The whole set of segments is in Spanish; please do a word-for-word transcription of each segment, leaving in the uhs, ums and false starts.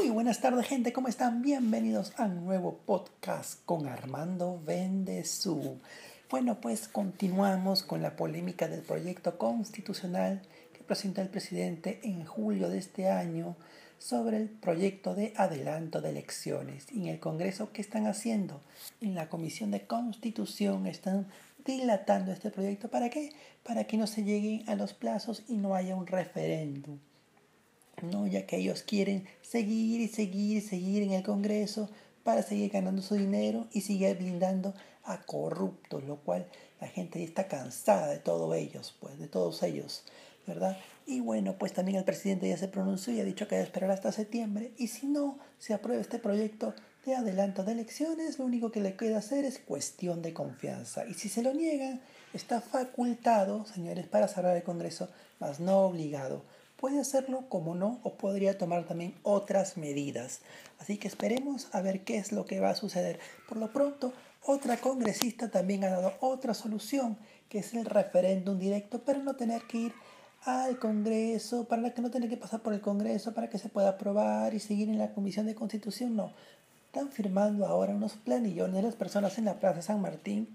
Muy buenas tardes, gente, ¿cómo están? Bienvenidos a un nuevo podcast con Armando Bendezú. Bueno, pues continuamos con la polémica del proyecto constitucional que presentó el presidente en julio de este año sobre el proyecto de adelanto de elecciones. Y en el Congreso, ¿qué están haciendo? En la Comisión de Constitución están dilatando este proyecto. ¿Para qué? Para que no se lleguen a los plazos y no haya un referéndum. No, ya que ellos quieren seguir y seguir y seguir en el Congreso para seguir ganando su dinero y seguir blindando a corruptos, lo cual la gente ya está cansada de todos ellos, pues, de todos ellos, ¿verdad? Y bueno, pues también el presidente ya se pronunció y ha dicho que debe esperar hasta septiembre, y si no se aprueba este proyecto de adelanto de elecciones, lo único que le queda hacer es cuestión de confianza. Y si se lo niegan, está facultado, señores, para cerrar el Congreso, mas no obligado. Puede hacerlo como no, o podría tomar también otras medidas. Así que esperemos a ver qué es lo que va a suceder. Por lo pronto, otra congresista también ha dado otra solución, que es el referéndum directo, pero no tener que ir al Congreso, para que no tener que pasar por el Congreso, para que se pueda aprobar y seguir en la Comisión de Constitución. No, están firmando ahora unos planillones de las personas en la Plaza San Martín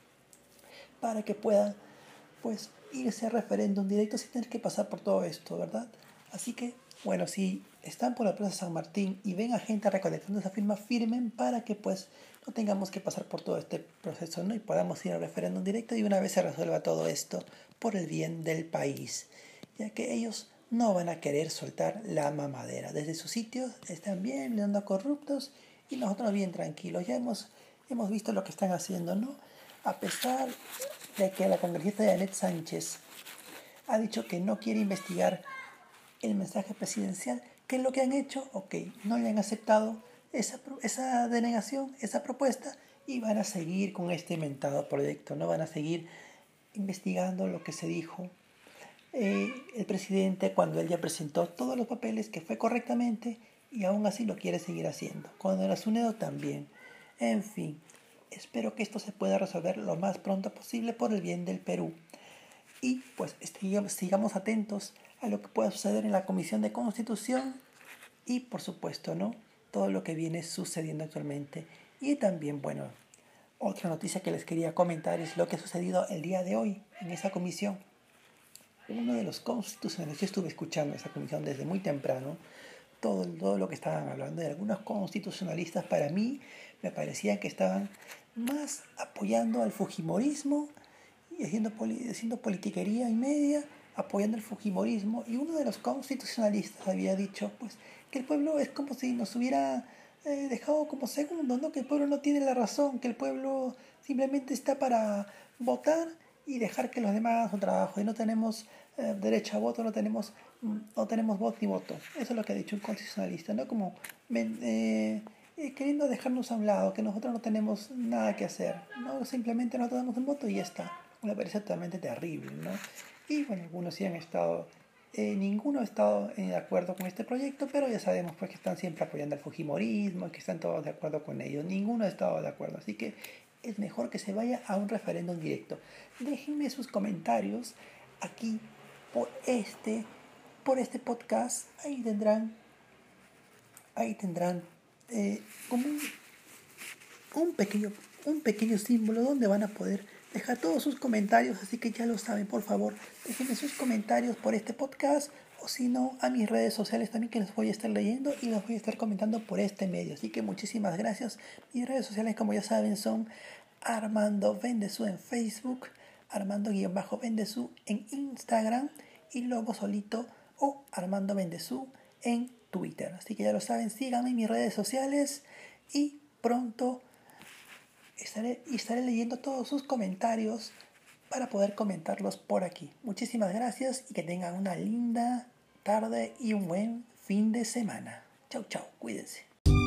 para que puedan, pues, irse a referéndum directo sin tener que pasar por todo esto, ¿verdad? Así que, bueno, si están por la Plaza San Martín y ven a gente recolectando esa firma, firmen para que, pues, no tengamos que pasar por todo este proceso, ¿no? Y podamos ir al referéndum directo y una vez se resuelva todo esto por el bien del país, ya que ellos no van a querer soltar la mamadera. Desde sus sitios están bien blindando a corruptos y nosotros bien tranquilos. Ya hemos, hemos visto lo que están haciendo, ¿no? A pesar de que la congresista Janet Sánchez ha dicho que no quiere investigar el mensaje presidencial, ¿qué es lo que han hecho? Ok, no le han aceptado esa, esa denegación, esa propuesta, y van a seguir con este inventado proyecto, no van a seguir investigando lo que se dijo eh, el presidente cuando él ya presentó todos los papeles, que fue correctamente, y aún así lo quiere seguir haciendo. Cuando el Asunedo también. En fin. Espero que esto se pueda resolver lo más pronto posible por el bien del Perú. Y pues sigamos atentos a lo que pueda suceder en la Comisión de Constitución y, por supuesto, ¿no?, todo lo que viene sucediendo actualmente. Y también, bueno, otra noticia que les quería comentar es lo que ha sucedido el día de hoy en esa comisión. Uno de los constitucionales, yo estuve escuchando esa comisión desde muy temprano, todo, todo lo que estaban hablando, de algunos constitucionalistas, para mí me parecía que estaban más apoyando al fujimorismo y haciendo, poli- haciendo politiquería y media, apoyando el fujimorismo. Y uno de los constitucionalistas había dicho, pues, que el pueblo es como si nos hubiera eh, dejado como segundos, ¿no? Que el pueblo no tiene la razón, que el pueblo simplemente está para votar y dejar que los demás hagan su trabajo, y no tenemos eh, derecho a voto, no tenemos, no tenemos voz ni voto. Eso es lo que ha dicho un constitucionalista, ¿no? Como eh, eh, queriendo dejarnos a un lado, que nosotros no tenemos nada que hacer, ¿no? Simplemente nosotros damos un voto y ya está. Me parece totalmente terrible, ¿no? Y bueno, algunos sí han estado, eh, ninguno ha estado eh, de acuerdo con este proyecto, pero ya sabemos, pues, que están siempre apoyando al fujimorismo, que están todos de acuerdo con ellos. Ninguno ha estado de acuerdo, así que es mejor que se vaya a un referéndum directo. Déjenme sus comentarios aquí por este, por este podcast. Ahí tendrán, ahí tendrán eh, como un, un pequeño, un pequeño símbolo donde van a poder dejar todos sus comentarios. Así que ya lo saben, por favor, déjenme sus comentarios por este podcast, o si no, a mis redes sociales también, que los voy a estar leyendo y los voy a estar comentando por este medio. Así que muchísimas gracias. Mis redes sociales, como ya saben, son Armando Bendezú en Facebook, Armando-Bendezú en Instagram y Lobo Solito o Armando Bendezú en Twitter. Así que ya lo saben, síganme en mis redes sociales y pronto estaré, estaré leyendo todos sus comentarios para poder comentarlos por aquí. Muchísimas gracias y que tengan una linda tarde y un buen fin de semana. Chau, chau, cuídense.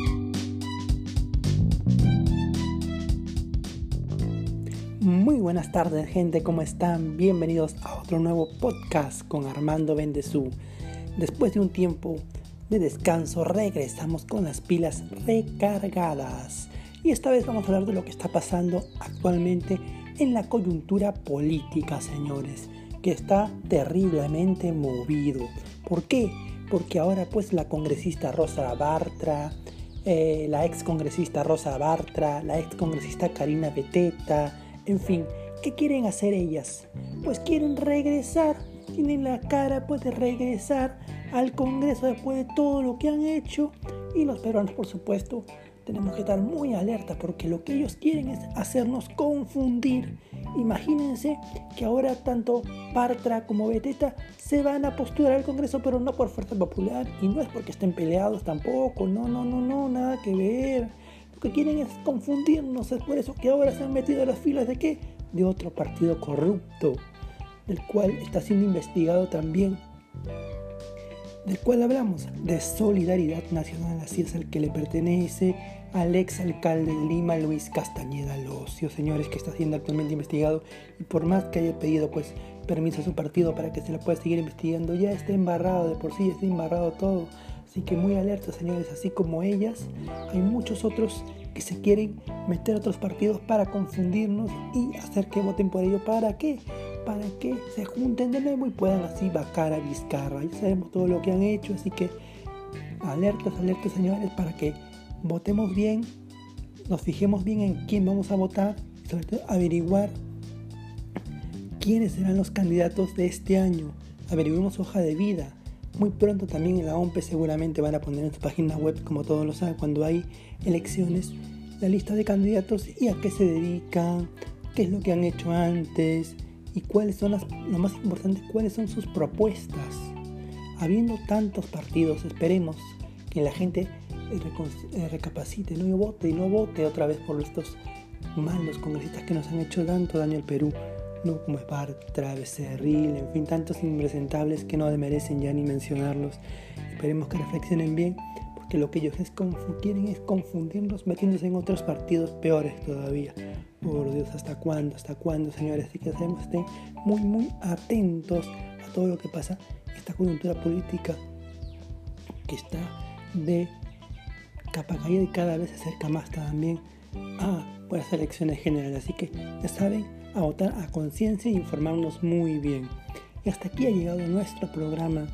Muy buenas tardes, gente, ¿cómo están? Bienvenidos a otro nuevo podcast con Armando Bendezú. Después de un tiempo de descanso, regresamos con las pilas recargadas. Y esta vez vamos a hablar de lo que está pasando actualmente en la coyuntura política, señores, que está terriblemente movido. ¿Por qué? porque ahora pues la congresista Rosa Bartra, eh, la ex congresista Rosa Bartra, la ex congresista Karina Beteta, en fin, ¿qué quieren hacer ellas? Pues quieren regresar, tienen la cara pues de regresar al Congreso después de todo lo que han hecho, y los peruanos por supuesto tenemos que estar muy alerta porque lo que ellos quieren es hacernos confundir. Imagínense que ahora tanto Bartra como Beteta se van a postular al Congreso, pero no por fuerza popular, y no es porque estén peleados tampoco, no, no, no, no, nada que ver. Lo que quieren es confundirnos, es por eso que ahora se han metido a las filas de ¿qué? De otro partido corrupto, del cual está siendo investigado también. ¿Del cual hablamos? De Solidaridad Nacional, así es el que le pertenece al ex alcalde de Lima, Luis Castañeda Locio, señores, que está siendo actualmente investigado, y por más que haya pedido pues permiso a su partido para que se le pueda seguir investigando, ya está embarrado, de por sí está embarrado todo. Así que muy alerta, señores, así como ellas, hay muchos otros que se quieren meter a otros partidos para confundirnos y hacer que voten por ello. ¿Para qué? Para que se junten de nuevo y puedan así vacar a Vizcarra. Ya sabemos todo lo que han hecho, así que alertas, alertas, señores, para que votemos bien, nos fijemos bien en quién vamos a votar y sobre todo averiguar quiénes serán los candidatos de este año. Averiguemos hoja de vida. Muy pronto también en la O M P seguramente van a poner en su página web, como todos lo saben, cuando hay elecciones, la lista de candidatos y a qué se dedican, qué es lo que han hecho antes y cuáles son las, lo más importante, cuáles son sus propuestas. Habiendo tantos partidos, esperemos que la gente eh, recapacite, no vote y no vote otra vez por estos malos congresistas que nos han hecho tanto daño al Perú, no como es Bartra, Becerril, en fin, tantos impresentables que no merecen ya ni mencionarlos. Esperemos que reflexionen bien, porque lo que ellos es confu- quieren es confundirnos metiéndose en otros partidos peores todavía. Por Dios, ¿hasta cuándo? ¿Hasta cuándo, señores? Así que sabemos, estén muy, muy atentos a todo lo que pasa en esta coyuntura política que está de capa caída y cada vez se acerca más también a las elecciones generales. Así que ya saben, a votar a conciencia e informarnos muy bien. Y hasta aquí ha llegado nuestro programa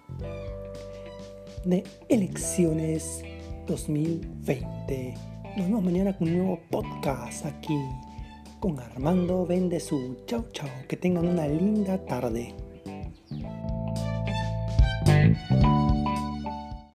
de elecciones dos mil veinte. Nos vemos mañana con un nuevo podcast aquí con Armando Bendezú. Chau, chau. Que tengan una linda tarde.